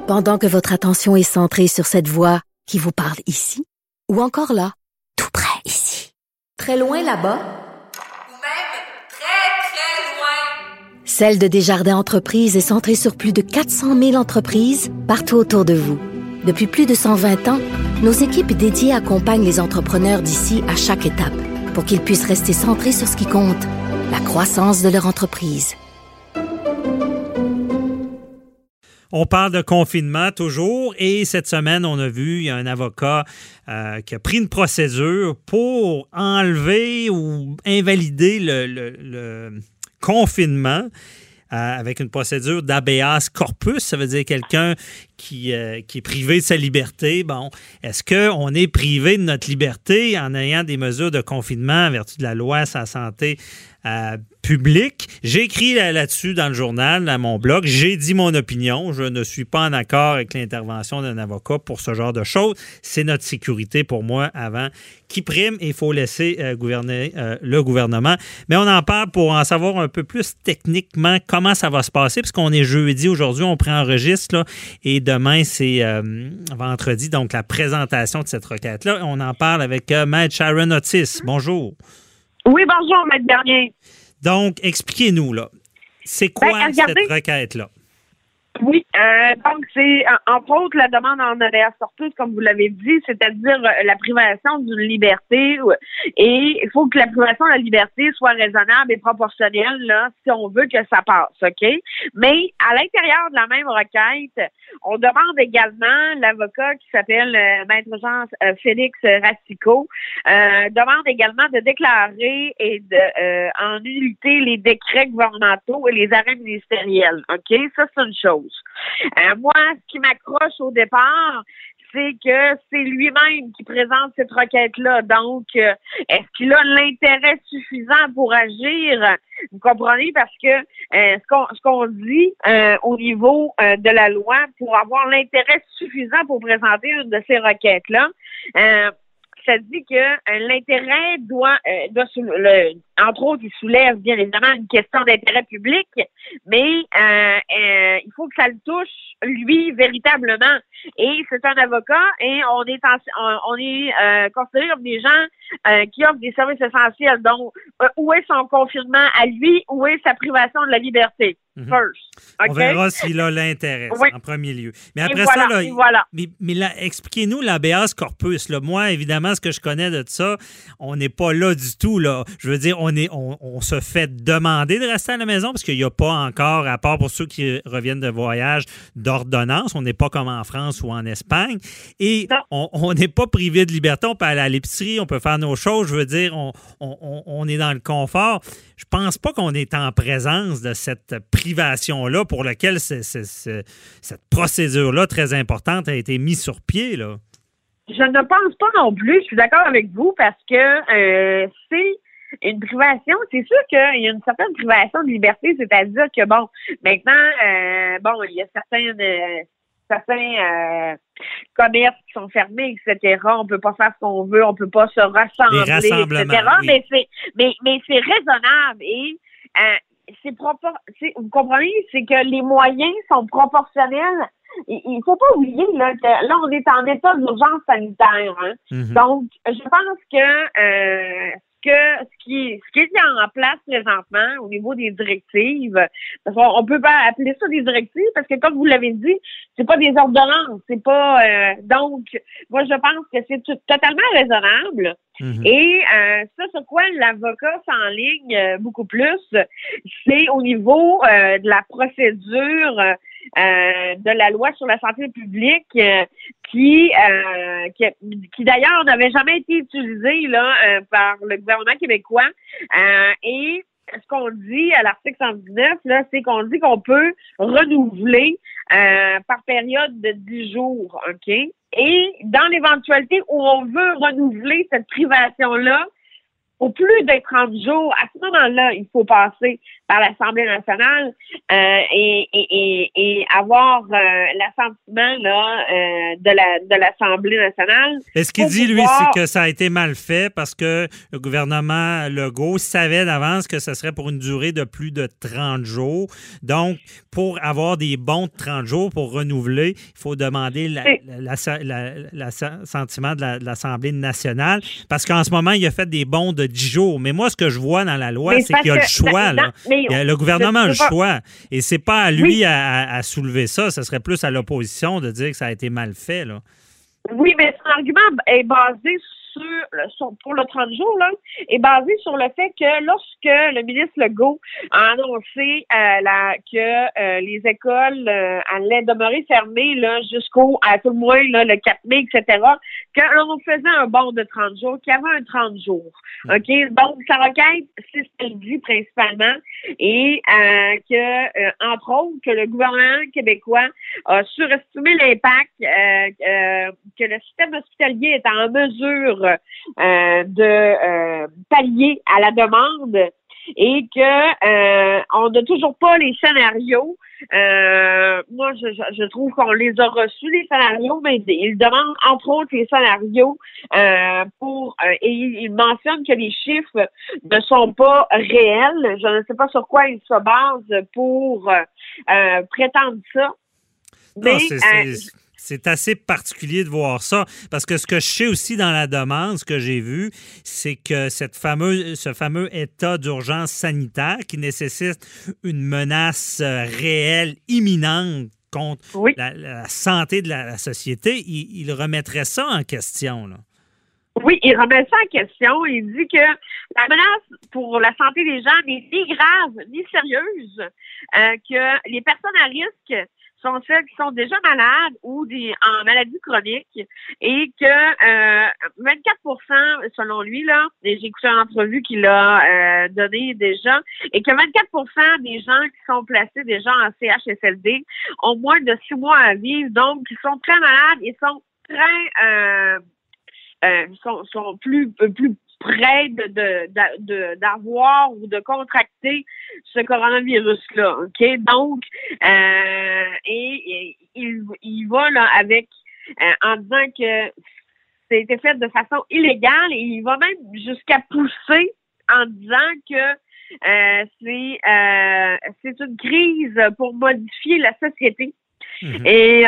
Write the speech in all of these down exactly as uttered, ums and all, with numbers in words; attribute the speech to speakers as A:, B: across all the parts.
A: Pendant que votre attention est centrée sur cette voix qui vous parle ici, ou encore là, tout près ici, très loin là-bas,
B: ou même très, très loin,
A: Celle de Desjardins Entreprises est centrée sur plus de quatre cent mille entreprises partout autour de vous. Depuis plus de cent vingt ans, nos équipes dédiées accompagnent les entrepreneurs d'ici à chaque étape pour qu'ils puissent rester centrés sur ce qui compte, la croissance de leur entreprise.
C: On parle de confinement toujours et cette semaine, on a vu, il y a un avocat euh, qui a pris une procédure pour enlever ou invalider le, le, le confinement euh, avec une procédure d'habeas corpus. Ça veut dire quelqu'un qui, euh, qui est privé de sa liberté. Bon, est-ce qu'on est privé de notre liberté en ayant des mesures de confinement en vertu de la loi sur la santé Euh, public? J'ai écrit là- là-dessus dans le journal, dans mon blog. J'ai dit mon opinion. Je ne suis pas en accord avec l'intervention d'un avocat pour ce genre de choses. C'est notre sécurité pour moi avant qui prime et il faut laisser euh, gouverner euh, le gouvernement. Mais on en parle pour en savoir un peu plus techniquement comment ça va se passer parce qu'on est jeudi aujourd'hui, on préenregistre là, et demain c'est euh, vendredi, donc la présentation de cette requête-là. On en parle avec euh, Maître Sharon Otis. Bonjour.
D: Oui, bonjour, Maître Bernier.
C: Donc, expliquez-nous, là. C'est quoi
D: Ben, regardez.
C: cette requête-là?
D: Oui, euh, donc c'est en- entre autres la demande en habeas corpus, comme vous l'avez dit, c'est-à-dire euh, la privation d'une liberté ou- et il faut que la privation de la liberté soit raisonnable et proportionnelle là, si on veut que ça passe, OK? Mais à l'intérieur de la même requête, on demande également l'avocat qui s'appelle euh, Maître Jean euh, Félix Racicot euh, demande également de déclarer et de euh, en nullité les décrets gouvernementaux et les arrêts ministériels, OK? Ça, c'est une chose. Euh, moi, ce qui m'accroche au départ, c'est que c'est lui-même qui présente cette requête-là. Donc, euh, est-ce qu'il a l'intérêt suffisant pour agir? Vous comprenez? Parce que euh, ce qu'on ce qu'on dit euh, au niveau euh, de la loi, pour avoir l'intérêt suffisant pour présenter une de ces requêtes-là, euh, ça dit que euh, l'intérêt doit, euh, doit sou- le, entre autres, il soulève bien évidemment une question d'intérêt public, mais euh, euh, il faut que ça le touche lui véritablement. Et c'est un avocat et on est en, on, on est euh, considéré comme des gens euh, qui offrent des services essentiels. Donc, euh, où est son confinement à lui? Où est sa privation de la liberté?
C: Mhm.
D: First.
C: On
D: OK?
C: verra s'il a l'intérêt,
D: Oui.
C: en premier lieu. Mais
D: Et
C: après
D: voilà,
C: ça, là,
D: et voilà.
C: mais, mais là, expliquez-nous l'habeas corpus. Là. Moi, évidemment, ce que je connais de ça, on n'est pas là du tout. Là. Je veux dire, on, est, on, on se fait demander de rester à la maison parce qu'il n'y a pas encore, à part pour ceux qui reviennent de voyage, d'ordonnance. On n'est pas comme en France ou en Espagne. Et
D: Non.
C: on n'est pas privé de liberté. On peut aller à l'épicerie, on peut faire nos choses. Je veux dire, on, on, on- on est dans le confort. Je pense pas qu'on est en présence de cette privation-là pour laquelle c'est- c'est- c'est- cette procédure-là très importante a été mise sur pied, là.
D: Je ne pense pas non plus. Je suis d'accord avec vous parce que euh, c'est une privation. C'est sûr qu'il y a une certaine privation de liberté, c'est-à-dire que, bon, maintenant, euh, bon, il y a certaines, euh, certains euh, commerces qui sont fermés, et cetera. On peut pas faire ce qu'on veut, on peut pas se rassembler,
C: Les rassemblements,
D: et cetera.
C: oui.
D: Mais c'est, mais, mais c'est raisonnable et euh, c'est propor- c'est, vous comprenez, c'est que les moyens sont proportionnels. Il, il faut pas oublier là que là on est en état d'urgence sanitaire. Hein?
C: Mhm.
D: Donc, je pense que euh, que ce qui ce qui est mis en place présentement au niveau des directives, parce qu'on on peut pas appeler ça des directives parce que comme vous l'avez dit, c'est pas des ordonnances, c'est pas euh, donc moi je pense que c'est tout- totalement raisonnable.
C: Mhm.
D: Et euh, ça, sur quoi l'avocat s'enligne euh, beaucoup plus, c'est au niveau euh, de la procédure euh, de la loi sur la santé publique euh, qui, euh, qui, qui d'ailleurs n'avait jamais été utilisée là euh, par le gouvernement québécois. Euh, et ce qu'on dit à l'article cent dix-neuf, là, c'est qu'on dit qu'on peut renouveler euh, par période de dix jours, OK? Et dans l'éventualité où on veut renouveler cette privation-là, pour plus de trente jours, à ce moment-là, il faut passer par l'Assemblée nationale euh, et, et, et, et avoir euh, l'assentiment là, euh, de la de l'Assemblée nationale.
C: Et ce qu'il dit, pouvoir... lui, c'est que ça a été mal fait parce que le gouvernement Legault savait d'avance que ce serait pour une durée de plus de trente jours. Donc, pour avoir des bons de trente jours, pour renouveler, il faut demander l'assentiment de la, de l'Assemblée nationale parce qu'en ce moment, il a fait des bons de dix jours. Mais moi, ce que je vois dans la loi, mais c'est qu'il y a le choix. Là. Il y a, le gouvernement a le choix. Et c'est pas à lui oui. à, à soulever ça. Ce serait plus à l'opposition de dire que ça a été mal fait. Là.
D: Oui, mais son argument est basé sur, sur pour le trente jours, là, est basé sur le fait que lorsque le ministre Legault a annoncé euh, la, que euh, les écoles euh, allaient demeurer fermées là, jusqu'au, à tout le moins, là, le quatre mai, et cetera, qu'on faisait un bond de trente jours, qu'il y avait un trente jours. OK? Donc, sa requête, c'est ce qu'elle dit principalement, et euh, que, euh, entre autres, que le gouvernement québécois a surestimé l'impact euh, euh, que le système hospitalier est en mesure euh, de euh, pallier à la demande et que euh, on n'a toujours pas les scénarios. Euh, moi, je, je trouve qu'on les a reçus, les scénarios, mais ils demandent, entre autres, les scénarios euh, pour euh, et ils mentionnent que les chiffres ne sont pas réels. Je ne sais pas sur quoi ils se basent pour euh, euh, prétendre ça.
C: Mais, non, c'est, euh, c'est... C'est assez particulier de voir ça, parce que ce que je sais aussi dans la demande, ce que j'ai vu, c'est que cette fameuse, ce fameux état d'urgence sanitaire qui nécessite une menace réelle, imminente contre oui. la, la santé de la, la société, il, il remettrait ça en question, là.
D: Oui, il remet ça en question. Il dit que la menace pour la santé des gens n'est ni grave ni sérieuse, euh, que les personnes à risque sont celles qui sont déjà malades ou des, en maladie chronique et que euh, vingt-quatre pour cent, selon lui, là, et j'ai écouté une entrevue qu'il a euh, donnée déjà, et que vingt-quatre pour cent des gens qui sont placés déjà en C H S L D ont moins de six mois à vivre, donc ils sont très malades et sont très euh, euh, sont, sont plus plus près de, de, de, de, d'avoir ou de contracter ce coronavirus-là, OK? Donc, euh, et, et il, il va là avec, euh, en disant que ça a été fait de façon illégale et il va même jusqu'à pousser en disant que euh, c'est, euh, c'est une crise pour modifier la société. Mmh. Et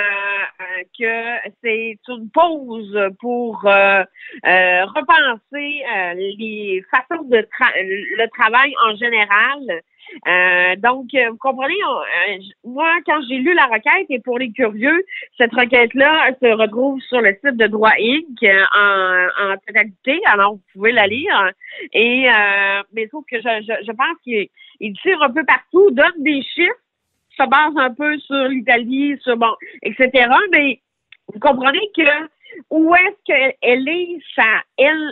D: euh, que c'est une pause pour euh, euh, repenser euh, les façons de tra- le travail en général. Euh, donc, vous comprenez, on, euh, moi, quand j'ai lu la requête, et pour les curieux, cette requête-là se retrouve sur le site de Droit Incorporé en, en totalité, alors vous pouvez la lire. Et euh, mais sauf que je, je, je pense qu'il il tire un peu partout, donne des chiffres, se base un peu sur l'Italie, sur bon, et cetera. Mais vous comprenez que où est-ce qu'elle est, sa, elle,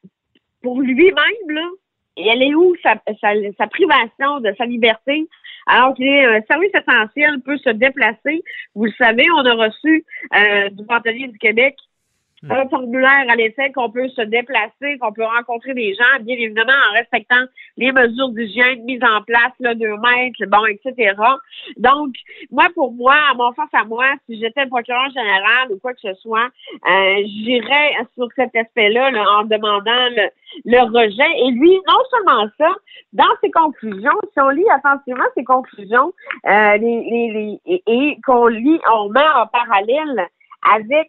D: pour lui-même, là, et elle est où sa, sa, sa privation de sa liberté, alors qu'il est un service essentiel, peut se déplacer. Vous le savez, on a reçu euh, du Bâtonnier du Québec un formulaire à l'effet qu'on peut se déplacer, qu'on peut rencontrer des gens, bien évidemment en respectant les mesures d'hygiène mises en place, là, deux mètres, bon, et cetera. Donc, moi, pour moi, à mon force à moi, si j'étais le procureur général ou quoi que ce soit, euh, j'irais sur cet aspect-là là, en demandant le, le rejet. Et lui, non seulement ça, dans ses conclusions, si on lit attentivement ses conclusions, euh, les, les, les, et, et qu'on lit, on met en parallèle avec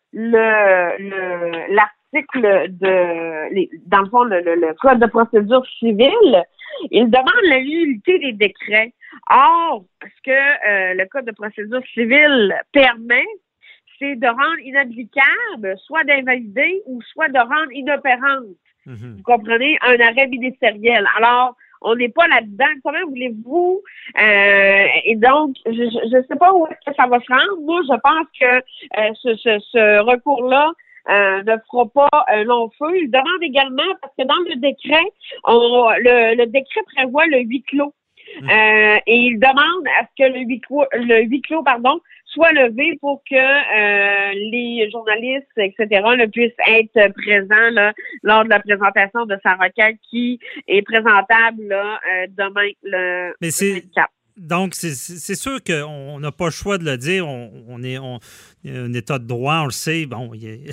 D: le, le l'article de les, dans le fond le, le, le code de procédure civile, il demande la nullité des décrets. Or, ce que euh, le code de procédure civile permet, c'est de rendre inapplicable, soit d'invalider ou soit de rendre inopérante. Mm-hmm. Vous comprenez, un arrêt ministériel. Alors, on n'est pas là-dedans. Comment voulez-vous? Euh, et donc, je ne sais pas où est-ce que ça va se rendre. Moi, je pense que euh, ce, ce, ce recours-là euh, ne fera pas un long feu. Il demande également, parce que dans le décret, on, le, le décret prévoit le huis clos. Mmh. Euh, et il demande à ce que le huis clos, le huis clos, pardon, soit levé pour que euh, les journalistes, et cetera, ne puissent être présents là, lors de la présentation de sa requête qui est présentable là, euh, demain, le,
C: Mais c'est...
D: le vingt-quatre.
C: Donc, c'est, c'est sûr qu'on n'a pas le choix de le dire. On, on est on, un État de droit, on le sait. Bon, il y a,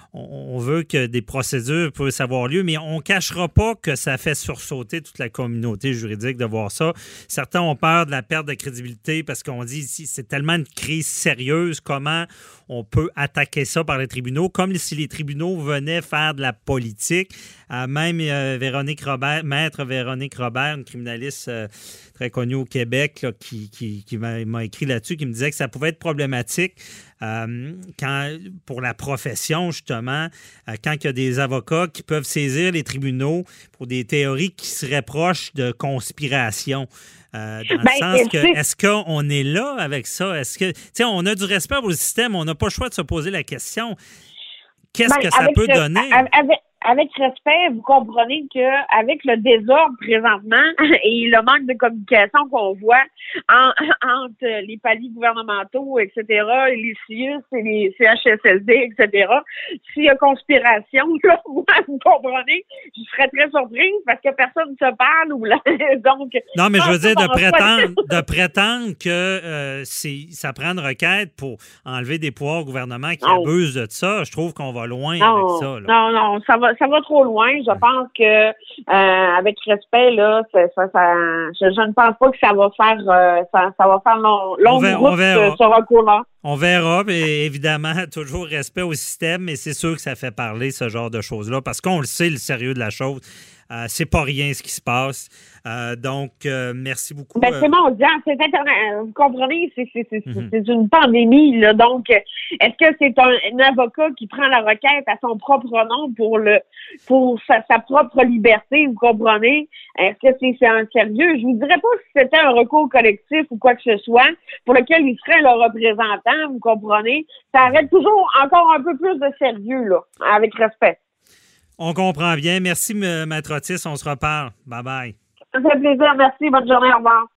C: on veut que des procédures puissent avoir lieu, mais on ne cachera pas que ça fait sursauter toute la communauté juridique de voir ça. Certains ont peur de la perte de crédibilité parce qu'on dit ici, c'est tellement une crise sérieuse, comment on peut attaquer ça par les tribunaux, comme si les tribunaux venaient faire de la politique. Euh, même euh, Véronique Robert, maître Véronique Robert, une criminaliste euh, très connue au Québec, là, qui, qui, qui m'a, m'a écrit là-dessus, qui me disait que ça pouvait être problématique euh, quand, pour la profession, justement, euh, quand il y a des avocats qui peuvent saisir les tribunaux pour des théories qui seraient proches de conspiration. Euh, dans
D: Ben,
C: le sens que,
D: c'est...
C: est-ce qu'on est là avec ça? Est-ce que, tu sais, on a du respect pour le système, on n'a pas le choix de se poser la question. Qu'est-ce
D: ben,
C: que ça peut
D: le,
C: donner?
D: Avec, avec respect, vous comprenez qu'avec le désordre présentement et le manque de communication qu'on voit en, entre les paliers gouvernementaux, et cetera, les C I U S et les C H S L D, et cetera, s'il y a conspiration, là, moi, vous comprenez, je serais très surprise parce que personne ne se parle. Ou là, donc,
C: non, mais je veux dire, de prétendre,
D: pas...
C: de prétendre que euh, c'est, ça prend une requête pour enlever des pouvoirs au gouvernement qui non. abusent de ça, je trouve qu'on va loin
D: non,
C: avec ça. Là.
D: Non, non, ça va ça va trop loin. Je ouais. pense que, euh, avec respect, là, ça, ça, ça je, je ne pense pas que ça va faire euh, ça, ça va faire long, longue
C: ver,
D: route ce recours-là.
C: On verra, mais évidemment, toujours respect au système, mais c'est sûr que ça fait parler ce genre de choses-là, parce qu'on le sait, le sérieux de la chose. Euh, c'est pas rien ce qui se passe. Euh, donc, euh, merci beaucoup.
D: Ben, c'est mondial, c'est internet. Vous comprenez, c'est, c'est, c'est, mm-hmm. c'est une pandémie, là. Donc, est-ce que c'est un, un avocat qui prend la requête à son propre nom pour le pour sa, sa propre liberté, vous comprenez? Est-ce que c'est, c'est un sérieux? Je vous dirais pas si c'était un recours collectif ou quoi que ce soit, pour lequel il serait le représentant, vous comprenez? Ça arrête toujours encore un peu plus de sérieux, là, avec respect.
C: On comprend bien. Merci, Maître Otis. On se reparle. Bye-bye.
D: Ça fait plaisir. Merci. Bonne journée. Au revoir.